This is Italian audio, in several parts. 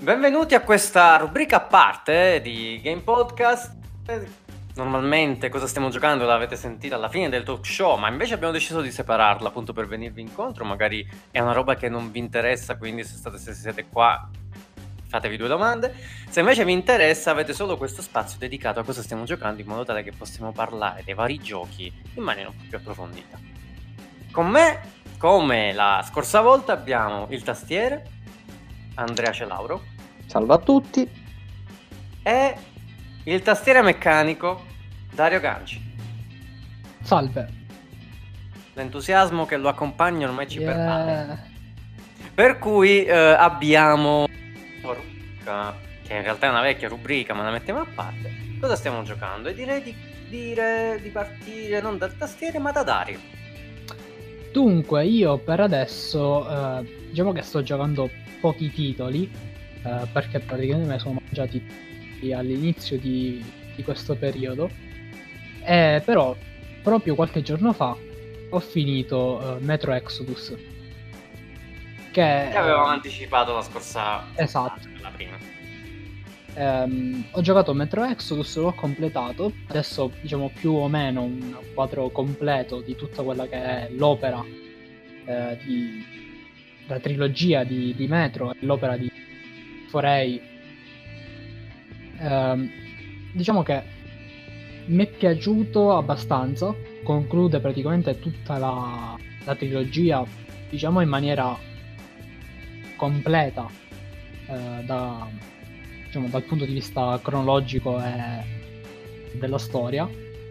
Benvenuti a questa rubrica a parte di Game Podcast. Normalmente cosa stiamo giocando l'avete sentita alla fine del talk show, ma invece abbiamo deciso di separarla appunto per venirvi incontro. Magari è una roba che non vi interessa, quindi se siete qua fatevi due domande. Se invece vi interessa avete solo questo spazio dedicato a cosa stiamo giocando, in modo tale che possiamo parlare dei vari giochi in maniera un po' più approfondita. Con me, come la scorsa volta, abbiamo il tastiere Andrea Celauro. Salve a tutti. E il tastiere meccanico Dario Ganci. Salve. L'entusiasmo che lo accompagna ormai ci pervade. Per cui abbiamo una rubrica, che in realtà è una vecchia rubrica, ma la mettiamo a parte. Cosa stiamo giocando? E direi di partire non dal tastiere ma da Dario. Dunque, io per adesso diciamo che sto giocando pochi titoli, perché praticamente me ne sono mangiati all'inizio di questo periodo, però proprio qualche giorno fa ho finito Metro Exodus, che avevamo anticipato la scorsa, esatto, la prima. Ho giocato Metro Exodus, l'ho completato, adesso diciamo più o meno un quadro completo di tutta quella che è l'opera la trilogia di Metro e l'opera di Forei. Diciamo che mi è piaciuto abbastanza, conclude praticamente tutta la trilogia, diciamo in maniera completa, dal punto di vista cronologico e della storia.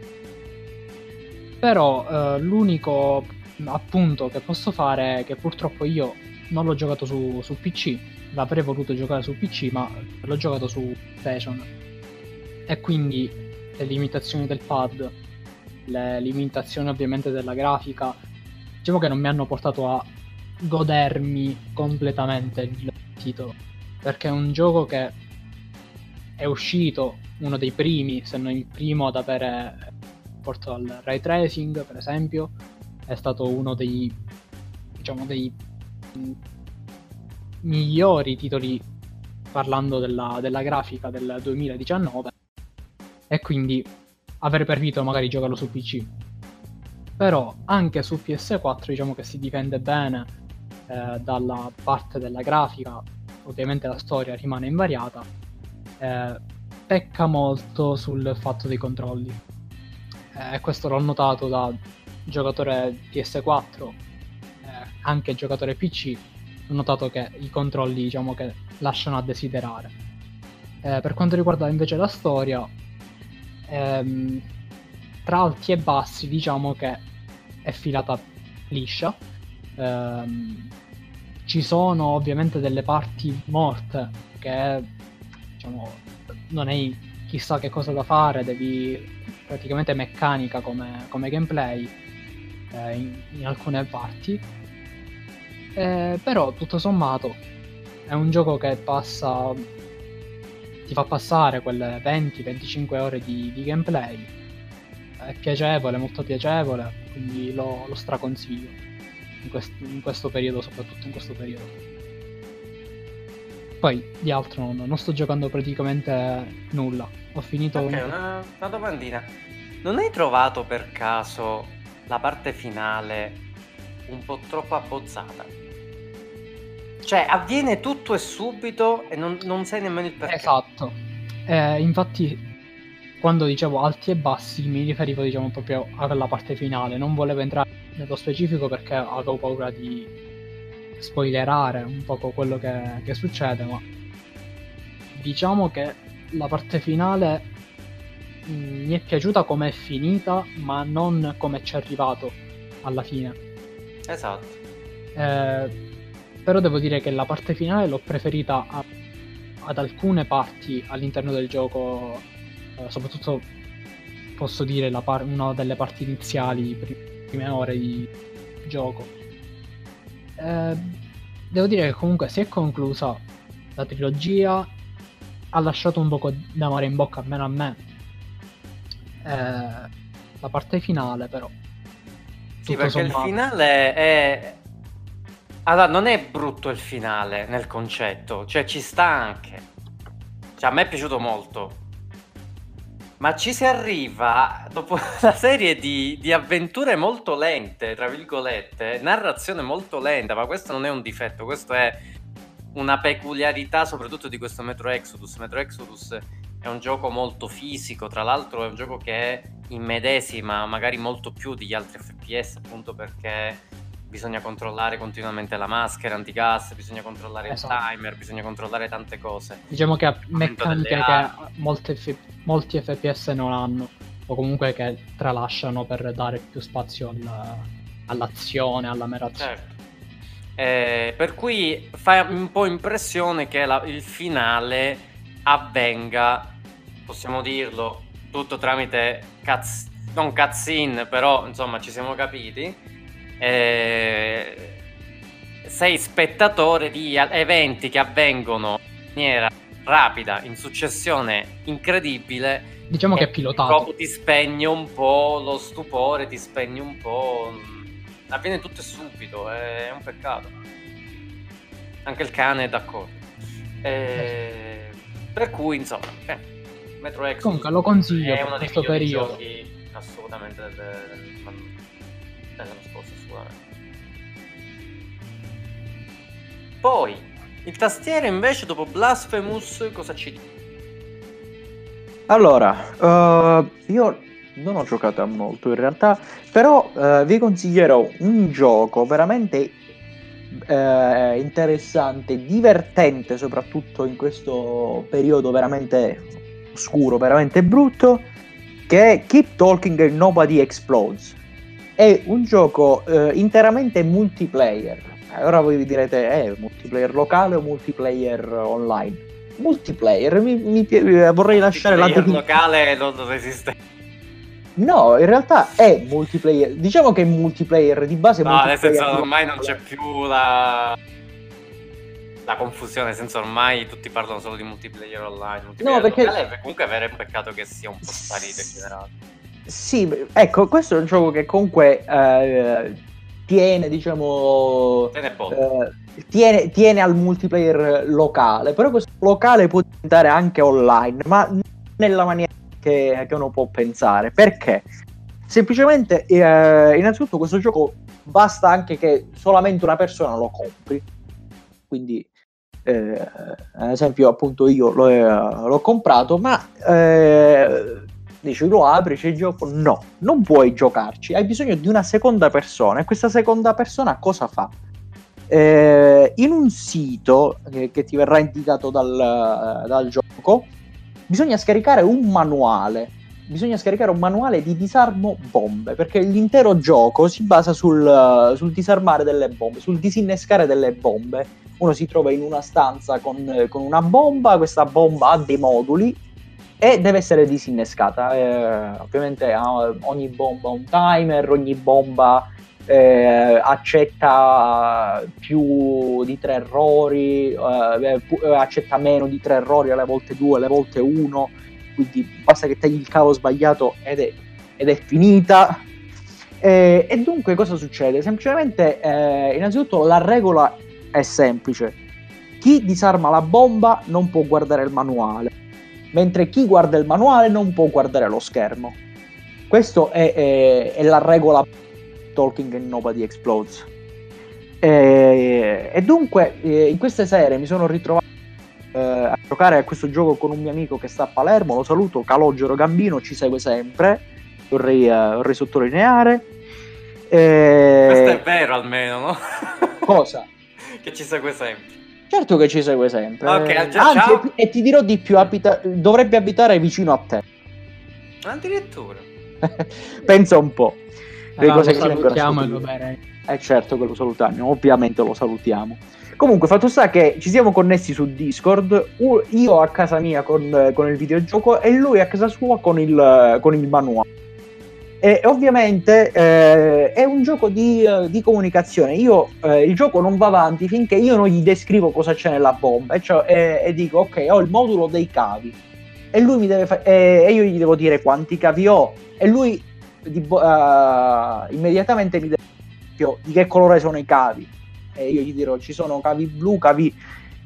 Però l'unico appunto che posso fare è che purtroppo io non l'ho giocato su PC, l'avrei voluto giocare su PC, ma l'ho giocato su PlayStation, e quindi le limitazioni del pad, le limitazioni ovviamente della grafica, diciamo che non mi hanno portato a godermi completamente il titolo, perché è un gioco che è uscito, uno dei primi, se non il primo ad avere portato al ray tracing, per esempio, è stato uno dei, diciamo, dei migliori titoli parlando della grafica del 2019, e quindi avrei preferito magari giocarlo su PC. Però anche su PS4 diciamo che si difende bene dalla parte della grafica, ovviamente la storia rimane invariata, pecca molto sul fatto dei controlli, e questo l'ho notato da giocatore PS4, anche giocatore PC. Ho notato che i controlli diciamo che lasciano a desiderare. Per quanto riguarda invece la storia, tra alti e bassi diciamo che è filata liscia. Ci sono ovviamente delle parti morte che diciamo non è chissà che cosa da fare, devi praticamente meccanica come gameplay in alcune parti, però tutto sommato è un gioco che ti fa passare quelle 20-25 ore di gameplay. È piacevole, molto piacevole, quindi lo straconsiglio in questo periodo, soprattutto in questo periodo. Poi di altro non sto giocando praticamente nulla. Ho finito. Ok, una domandina. Non hai trovato per caso la parte finale un po' troppo abbozzata? Cioè avviene tutto e subito e non sai nemmeno il perché. Esatto. Infatti quando dicevo alti e bassi mi riferivo diciamo proprio alla parte finale, non volevo entrare nello specifico perché avevo paura di spoilerare un poco quello che succede, ma diciamo che la parte finale mi è piaciuta come è finita, ma non come ci è arrivato alla fine. Esatto. Però devo dire che la parte finale l'ho preferita ad alcune parti all'interno del gioco, soprattutto posso dire una delle parti iniziali, prime ore di gioco. Devo dire che comunque si è conclusa la trilogia, ha lasciato un poco d'amore in bocca, almeno a me, la parte finale, però sì, perché sommato il finale Allora, non è brutto il finale nel concetto, cioè ci sta anche. Cioè, a me è piaciuto molto. Ma ci si arriva dopo una serie di avventure molto lente, tra virgolette, narrazione molto lenta, ma questo non è un difetto, questo è una peculiarità soprattutto di questo Metro Exodus. Metro Exodus è un gioco molto fisico, tra l'altro è un gioco che immedesima magari molto più degli altri FPS, appunto perché bisogna controllare continuamente la maschera antigas, bisogna controllare il timer, bisogna controllare tante cose. Diciamo che ha Aumento delle meccaniche che armi. molti FPS non hanno, o comunque che tralasciano per dare più spazio all'azione, alla mera azione. Certo. Per cui fa un po' impressione che il finale avvenga, possiamo dirlo, tutto tramite non cutscene, però insomma ci siamo capiti. Sei spettatore di eventi che avvengono in maniera rapida, in successione incredibile. Diciamo che è pilotato. Proprio ti spegne un po' lo stupore, ti spegne un po'. Avviene tutto subito, è un peccato. Anche il cane è d'accordo. Per cui, insomma, Metro Exodus comunque lo consiglio è per uno dei questo periodo. giochi assolutamente dell'anno scorso, sicuramente. Poi, il tastiere invece dopo Blasphemous cosa ci dice? Allora, io non ho giocato a molto in realtà, però vi consiglierò un gioco veramente interessante, divertente soprattutto in questo periodo veramente oscuro, veramente brutto, che è Keep Talking and Nobody Explodes. È un gioco interamente multiplayer. Ora voi vi direte, multiplayer locale o multiplayer online? Multiplayer, vorrei lasciare la locale non esiste. No, in realtà è multiplayer. Diciamo che è multiplayer di base. No, nel senso ormai non c'è più la confusione, nel senso ormai tutti parlano solo di multiplayer online. Multiplayer no, perché locale, comunque è vero, è un peccato che sia un po' sparito in generale. Sì, ecco, questo è un gioco che comunque tiene, diciamo, tiene al multiplayer locale, però questo locale può diventare anche online, ma nella maniera che uno può pensare. Perché? Semplicemente, innanzitutto questo gioco basta anche che solamente una persona lo compri, quindi ad esempio appunto io l'ho comprato, ma dici lo apri, c'è il gioco? No, non puoi giocarci, hai bisogno di una seconda persona. E questa seconda persona cosa fa? In un sito che ti verrà indicato dal gioco bisogna scaricare un manuale di disarmo bombe, perché l'intero gioco si basa sul disarmare delle bombe, sul disinnescare delle bombe. Uno si trova in una stanza con una bomba, questa bomba ha dei moduli e deve essere disinnescata. Ovviamente ogni bomba ha un timer, ogni bomba accetta più di 3 errori, accetta meno di 3 errori, alle volte 2, alle volte 1, quindi basta che tagli il cavo sbagliato ed è finita. E dunque cosa succede? Semplicemente innanzitutto la regola è semplice: chi disarma la bomba non può guardare il manuale, mentre chi guarda il manuale non può guardare lo schermo. Questa è la regola Talking and Nobody Explodes. E dunque in queste sere mi sono ritrovato a giocare a questo gioco con un mio amico che sta a Palermo, lo saluto, Calogero Gambino, ci segue sempre, vorrei sottolineare. Questo è vero almeno, no? Cosa? Che ci segue sempre. Certo che ci segue sempre. Okay, anzi, e ti dirò di più, dovrebbe abitare vicino a te. Addirittura. Pensa un po'. Le cose lo salutiamo e lo bene. Certo che lo salutiamo, ovviamente lo salutiamo. Comunque, fatto sta che ci siamo connessi su Discord, io a casa mia con il videogioco e lui a casa sua con il manuale. E ovviamente è un gioco di comunicazione. Il gioco non va avanti finché io non gli descrivo cosa c'è nella bomba e dico ok, ho il modulo dei cavi e lui mi deve e io gli devo dire quanti cavi ho e lui immediatamente mi deve dire di che colore sono i cavi. e io gli dirò ci sono cavi blu, cavi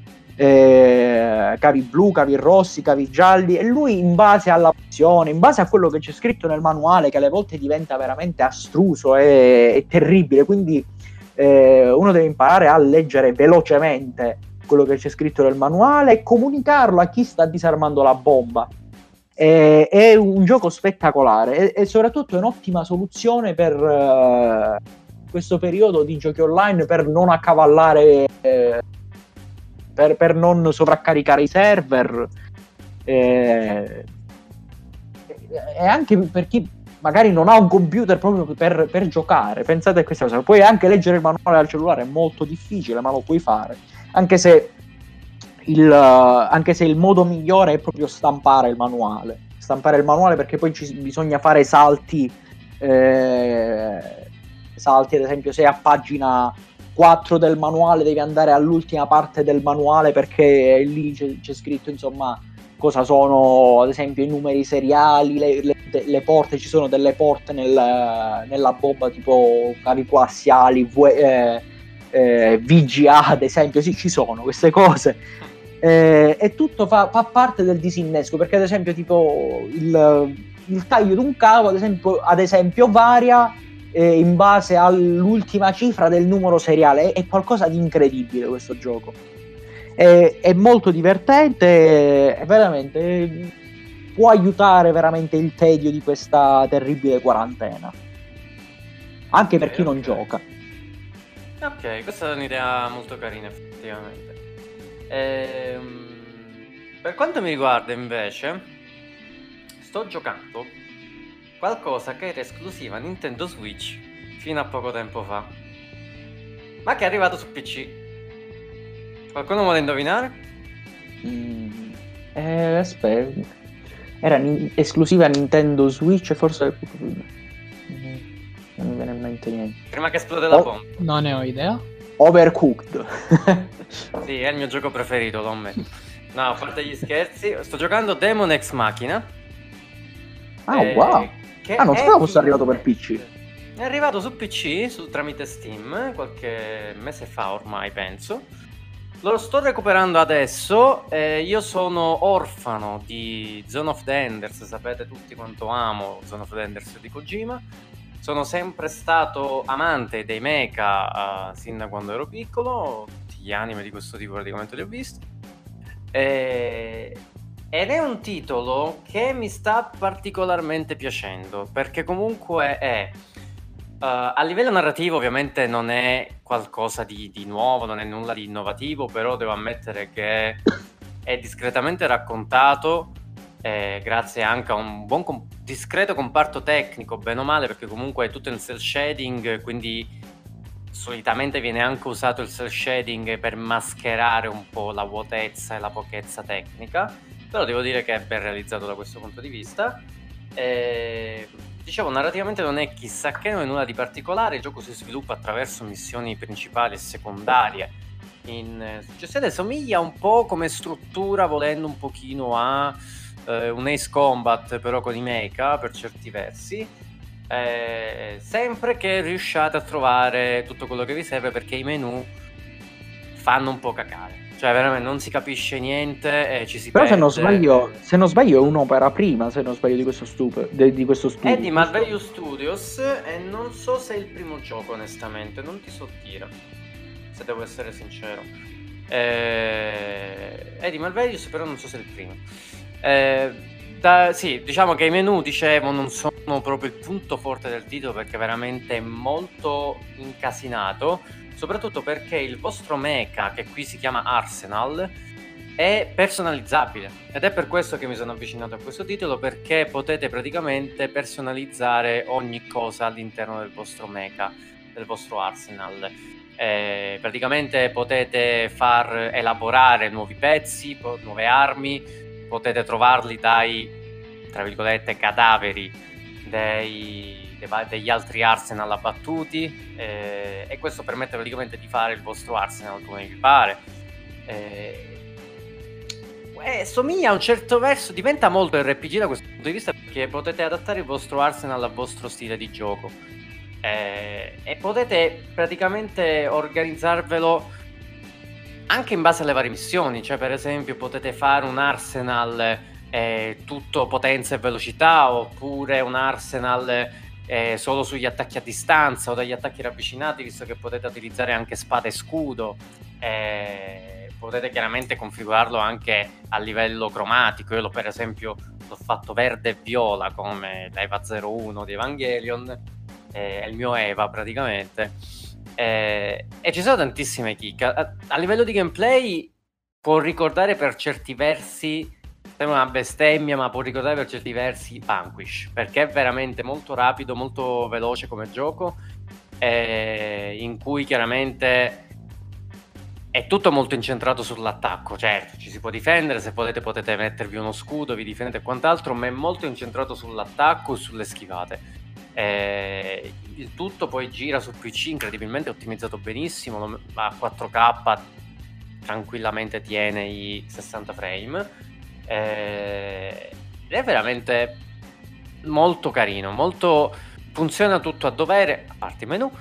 rossi, cavi gialli, e lui in base alla opzione, in base a quello che c'è scritto nel manuale, che alle volte diventa veramente astruso e terribile, quindi uno deve imparare a leggere velocemente quello che c'è scritto nel manuale e comunicarlo a chi sta disarmando la bomba. È un gioco spettacolare e soprattutto è un'ottima soluzione per questo periodo di giochi online, per non accavallare, per non sovraccaricare i server, e anche per chi magari non ha un computer proprio per giocare. Pensate a questa cosa, puoi anche leggere il manuale al cellulare, è molto difficile ma lo puoi fare, anche se il modo migliore è proprio stampare il manuale, perché poi bisogna fare salti, ad esempio se a pagina 4 del manuale devi andare all'ultima parte del manuale, perché lì c'è scritto insomma cosa sono ad esempio i numeri seriali, le porte, ci sono delle porte nella bomba tipo cavi coassiali, VGA ad esempio, sì, ci sono queste cose, e tutto fa parte del disinnesco, perché ad esempio tipo il taglio di un cavo ad esempio varia in base all'ultima cifra del numero seriale. È qualcosa di incredibile questo gioco, è molto divertente, è veramente, può aiutare veramente il tedio di questa terribile quarantena, anche per chi non gioca. Ok, questa è un'idea molto carina effettivamente. Per quanto mi riguarda invece, sto giocando qualcosa che era esclusiva Nintendo Switch fino a poco tempo fa, ma che è arrivato su PC. Qualcuno vuole indovinare? Aspetta, era esclusiva Nintendo Switch, forse non mi viene in mente niente. Prima che esplode la bomba. Non ne ho idea. Overcooked. Sì, è il mio gioco preferito, lo ammetto. No, a parte gli scherzi, sto giocando Demon Ex Machina. Wow. Non sapevo fosse arrivato per PC. È arrivato su PC tramite Steam qualche mese fa ormai, penso. Lo sto recuperando adesso. Io sono orfano di Zone of the Enders, sapete tutti quanto amo Zone of the Enders di Kojima. Sono sempre stato amante dei mecha sin da quando ero piccolo, tutti gli anime di questo tipo praticamente li ho visti. Ed è un titolo che mi sta particolarmente piacendo, perché comunque è a livello narrativo ovviamente non è qualcosa di nuovo, non è nulla di innovativo, però devo ammettere che è discretamente raccontato, grazie anche a un buon discreto comparto tecnico, bene o male, perché comunque è tutto in cel shading, quindi solitamente viene anche usato il cel shading per mascherare un po' la vuotezza e la pochezza tecnica, però devo dire che è ben realizzato da questo punto di vista. Dicevo, narrativamente non è chissà che, non è nulla di particolare, il gioco si sviluppa attraverso missioni principali e secondarie in successione, somiglia un po' come struttura, volendo un pochino a un Ace Combat però con i mecha per certi versi, sempre che riusciate a trovare tutto quello che vi serve, perché i menu fanno un po' cacare, cioè veramente non si capisce niente, ci si però perde. se non sbaglio è un'opera prima, se non sbaglio, di questo studio. È di Marvelous Studios e non so se è il primo gioco, onestamente non ti so dire, se devo essere sincero. È di Marvelous, però non so se è il primo. Sì, diciamo che i menu, dicevo, non sono proprio il punto forte del titolo, perché veramente è molto incasinato, soprattutto perché il vostro mecha, che qui si chiama Arsenal, è personalizzabile, ed è per questo che mi sono avvicinato a questo titolo, perché potete praticamente personalizzare ogni cosa all'interno del vostro mecha, del vostro Arsenal. Praticamente potete far elaborare nuovi pezzi, nuove armi, potete trovarli dai, tra virgolette, cadaveri degli altri Arsenal abbattuti, e questo permette praticamente di fare il vostro Arsenal come vi pare. Somiglia a un certo verso, diventa molto RPG da questo punto di vista, perché potete adattare il vostro Arsenal al vostro stile di gioco. e potete praticamente organizzarvelo anche in base alle varie missioni. Cioè, per esempio, potete fare un arsenal tutto potenza e velocità, oppure un arsenal solo sugli attacchi a distanza o dagli attacchi ravvicinati, visto che potete utilizzare anche spada e scudo. Potete chiaramente configurarlo anche a livello cromatico. Io per esempio l'ho fatto verde e viola come l'Eva 01 di Evangelion, è il mio Eva praticamente, e ci sono tantissime chicche. A livello di gameplay può ricordare per certi versi, sembra una bestemmia, ma può ricordare per certi versi Vanquish, perché è veramente molto rapido, molto veloce come gioco, in cui chiaramente è tutto molto incentrato sull'attacco. Certo, ci si può difendere, se potete mettervi uno scudo, vi difendete e quant'altro, ma è molto incentrato sull'attacco e sulle schivate. Il tutto poi gira su PC, incredibilmente ottimizzato benissimo, a 4K tranquillamente tiene i 60 frame, ed è veramente molto carino, funziona tutto a dovere, a parte i menu.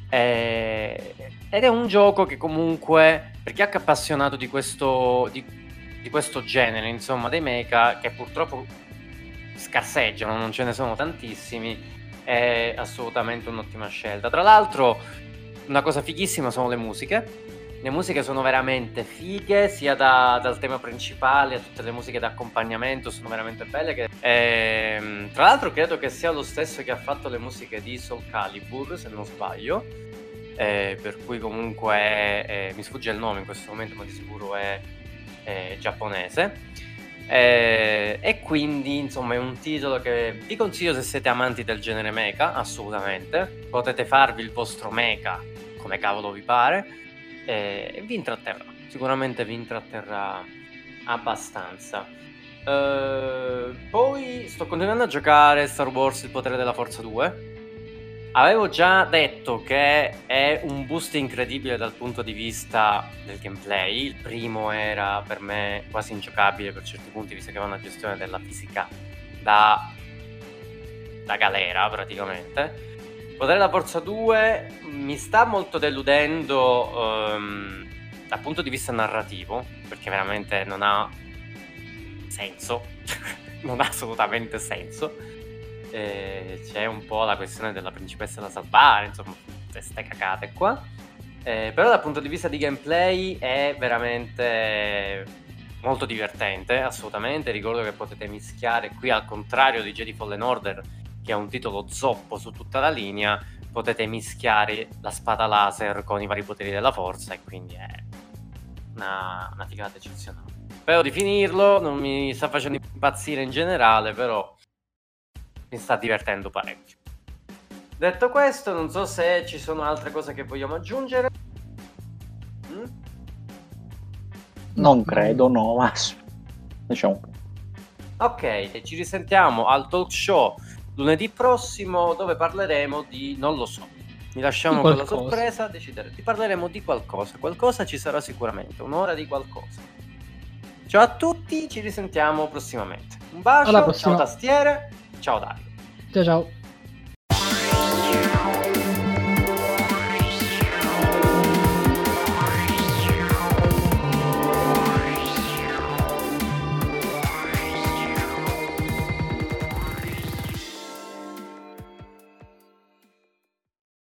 Ed è un gioco che comunque, per chi è appassionato di questo genere, insomma, dei mecha, che purtroppo scarseggiano, non ce ne sono tantissimi, è assolutamente un'ottima scelta. Tra l'altro, una cosa fighissima sono le musiche. Le musiche sono veramente fighe, sia dal tema principale a tutte le musiche d'accompagnamento, sono veramente belle. Tra l'altro credo che sia lo stesso che ha fatto le musiche di Soul Calibur, se non sbaglio, per cui comunque mi sfugge il nome in questo momento, ma di sicuro è giapponese. E quindi insomma è un titolo che vi consiglio se siete amanti del genere mecha, assolutamente. Potete farvi il vostro mecha come cavolo vi pare, e vi intratterrà, sicuramente vi intratterrà abbastanza. Poi sto continuando a giocare Star Wars Il potere della forza 2. Avevo già detto che è un boost incredibile dal punto di vista del gameplay. Il primo era per me quasi ingiocabile per certi punti, visto che aveva una gestione della fisica da galera praticamente. Potere della forza 2 mi sta molto deludendo dal punto di vista narrativo, perché veramente non ha senso. Non ha assolutamente senso. C'è un po' la questione della principessa da salvare, insomma, queste cacate qua. Però dal punto di vista di gameplay è veramente molto divertente, assolutamente. Ricordo che potete mischiare qui, al contrario di Jedi Fallen Order, che è un titolo zoppo su tutta la linea, potete mischiare la spada laser con i vari poteri della forza, e quindi è una figata eccezionale. Spero di finirlo, non mi sta facendo impazzire in generale, però mi sta divertendo parecchio. Detto questo, non so se ci sono altre cose che vogliamo aggiungere. Non credo, no, ma diciamo. Ok, ci risentiamo al talk show lunedì prossimo, dove parleremo di, non lo so, mi lasciamo con la sorpresa, decidere. Parleremo di qualcosa ci sarà sicuramente, un'ora di qualcosa. Ciao a tutti, ci risentiamo prossimamente. Un bacio, ciao tastiere, ciao Dario. Ciao ciao.